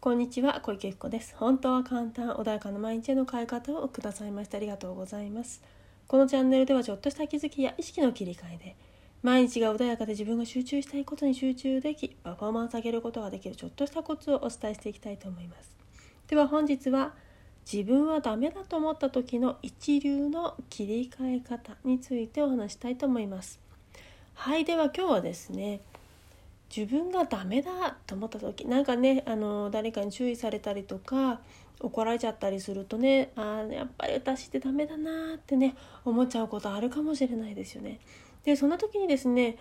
こんにちは、小池福子です。本当は簡単、穏やかな毎日への変え方をくださいましてありがとうございます。このチャンネルではちょっとした気づきや意識の切り替えで毎日が穏やかで自分が集中したいことに集中でき、パフォーマンス上げることができるちょっとしたコツをお伝えしていきたいと思います。では本日は自分はダメだと思った時の一流の切り替え方についてお話したいと思います。はい、では今日はですね、自分がダメだと思った時、誰かに注意されたりとか怒られちゃったりするとね、やっぱり私ってダメだなってね思っちゃうことあるかもしれないですよね。でそんな時にですね、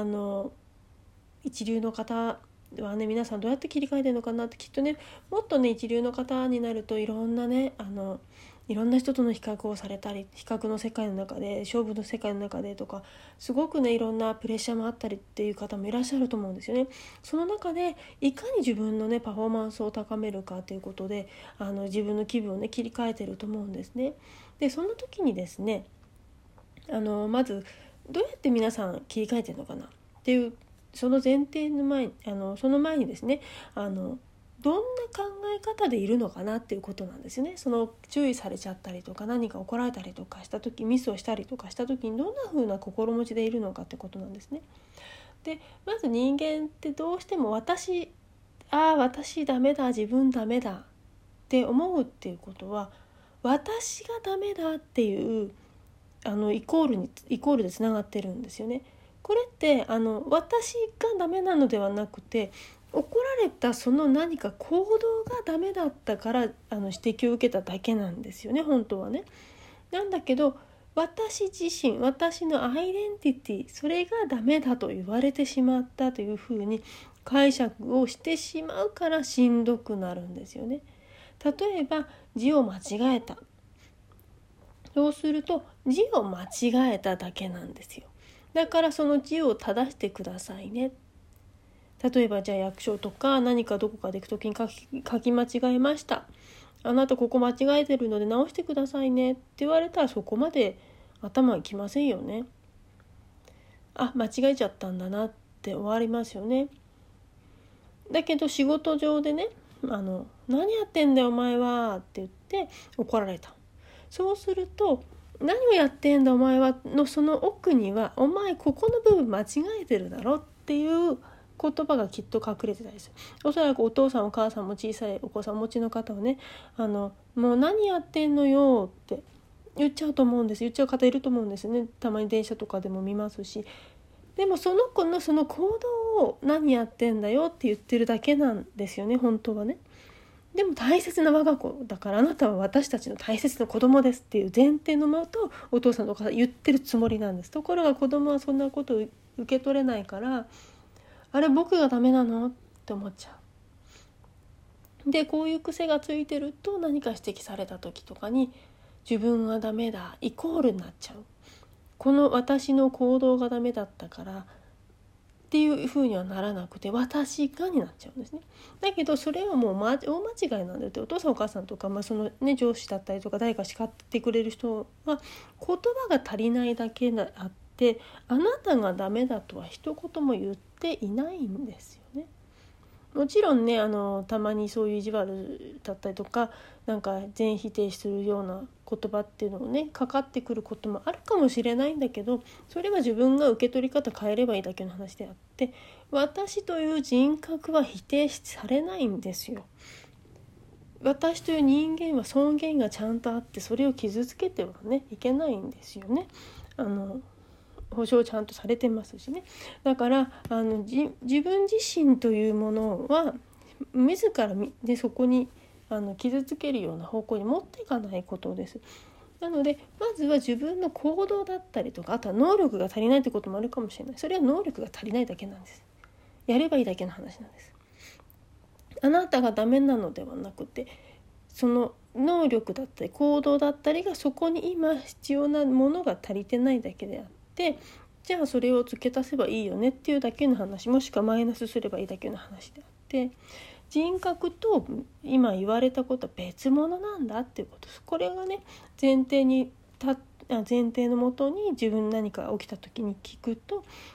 一流の方はね、皆さんどうやって切り替えてるのかなって、きっとねもっとね一流の方になるといろんな人との比較をされたり、比較の世界の中で、勝負の世界の中でとか、すごくねいろんなプレッシャーもあったりっていう方もいらっしゃると思うんですよね。その中でいかに自分のねパフォーマンスを高めるかということで、自分の気分をね切り替えてると思うんですね。でそんな時にですね、まずどうやって皆さん切り替えてるのかなっていう、その前提の前にその前にですね、どんな考え方でいるのかなっていうことなんですよね。その注意されちゃったりとか、何か怒られたりとかした時、ミスをしたりとかした時にどんな風な心持ちでいるのかってことなんですね。でまず人間ってどうしても私ダメだ、自分ダメだって思うっていうことは、私がダメだっていうイコールでつながってるんですよね。これって私がダメなのではなくて、怒られたその何か行動がダメだったから指摘を受けただけなんですよね、本当はね。なんだけど私自身、私のアイデンティティ、それがダメだと言われてしまったというふうに解釈をしてしまうからしんどくなるんですよね。例えば字を間違えた、そうすると字を間違えただけなんですよ。だからその字を正してくださいね。例えばじゃあ役所とか何かどこかで行くときに書き間違えました、あなたここ間違えてるので直してくださいねって言われたら、そこまで頭いきませんよね。間違えちゃったんだなって終わりますよね。だけど仕事上でね、何やってんだよお前はって言って怒られた。そうすると、何をやってんだお前はのその奥には、お前ここの部分間違えてるだろっていう言葉がきっと隠れてたりする。おそらくお父さんお母さんも小さいお子さんお持ちの方はね、もう何やってんのよって言っちゃうと思うんです。言っちゃう方いると思うんですね。たまに電車とかでも見ますし。でもその子のその行動を何やってんだよって言ってるだけなんですよね、本当はね。でも大切な我が子だから、あなたは私たちの大切な子供ですっていう前提のもとお父さんとか言ってるつもりなんです。ところが子供はそんなことを受け取れないから、あれ僕がダメなのって思っちゃう。でこういう癖がついてると、何か指摘された時とかに自分はダメだイコールになっちゃう。この私の行動がダメだったからっていう風にはならなくて、私がになっちゃうんですね。だけどそれはもう大間違いなんだよって、お父さんお母さんとか、そのね、上司だったりとか誰か叱ってくれる人は言葉が足りないだけであって、あなたがダメだとは一言も言っていないんですよね。もちろんね、たまにそういう意地悪だったりとか、なんか全否定するような言葉っていうのをねかかってくることもあるかもしれないんだけど、それは自分が受け取り方変えればいいだけの話であって、私という人格は否定されないんですよ。私という人間は尊厳がちゃんとあって、それを傷つけてはねいけないんですよね。保証ちゃんとされてますしね。だから自分自身というものは自らでそこに傷つけるような方向に持っていかないことです。なのでまずは自分の行動だったりとか、あとは能力が足りないってこともあるかもしれない。それは能力が足りないだけなんです。やればいいだけの話なんです。あなたがダメなのではなくて、その能力だったり行動だったりがそこに今必要なものが足りてないだけであって、じゃあそれを付け足せばいいよねっていうだけの話、もしくはマイナスすればいいだけの話であって、人格と今言われたことは別物なんだっていうことです。これがね前提のもとに自分何か起きた時に聞くと、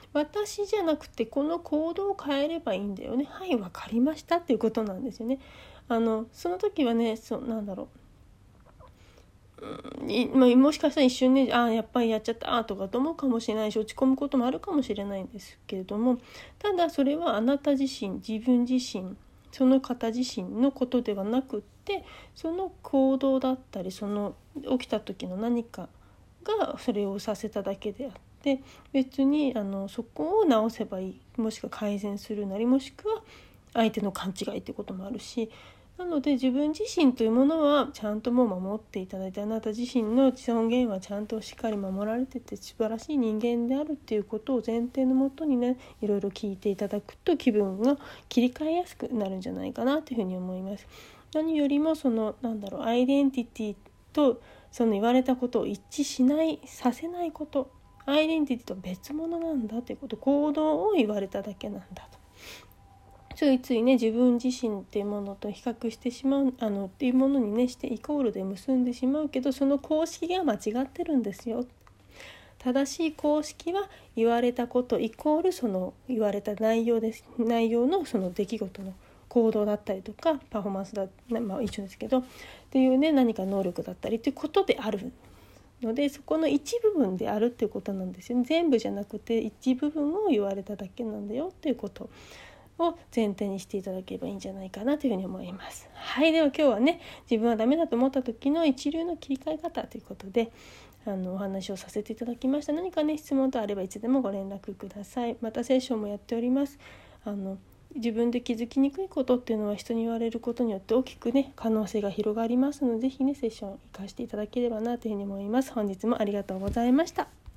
私じゃなくてこの行動を変えればいいんだよね、はい分かりましたっていうことなんですよね。その時はねなんだろう、もしかしたら一瞬ねやっぱりやっちゃったとかと思うかもしれないし、落ち込むこともあるかもしれないんですけれども、ただそれはあなた自身、自分自身、その方自身のことではなくって、その行動だったりその起きた時の何かがそれをさせただけであって、別にそこを直せばいい、もしくは改善するなり、もしくは相手の勘違いっていうこともあるし、なので自分自身というものはちゃんともう守っていただいて、あなた自身の尊厳はちゃんとしっかり守られてて素晴らしい人間であるっていうことを前提のもとにね、いろいろ聞いていただくと気分が切り替えやすくなるんじゃないかなというふうに思います。何よりもアイデンティティとその言われたことを一致させないこと、アイデンティティと別物なんだということ、行動を言われただけなんだと、ついついね自分自身っていうものと比較してしまうっていうものにねしてイコールで結んでしまうけど、その公式が間違ってるんですよ。正しい公式は言われたことイコールその言われた内容です。内容のその出来事の行動だったりとかパフォーマンス一緒ですけどっていうね、何か能力だったりということであるので、そこの一部分であるっていうことなんですよね。全部じゃなくて一部分を言われただけなんだよっていうことを前提にしていただければいいんじゃないかなというふうに思います。はい、では今日はね、自分はダメだと思った時の一流の切り替え方ということでお話をさせていただきました。何かね質問とあればいつでもご連絡ください。またセッションもやっております。自分で気づきにくいことっていうのは人に言われることによって大きくね可能性が広がりますので、ぜひねセッション活かしていただければなというふうに思います。本日もありがとうございました。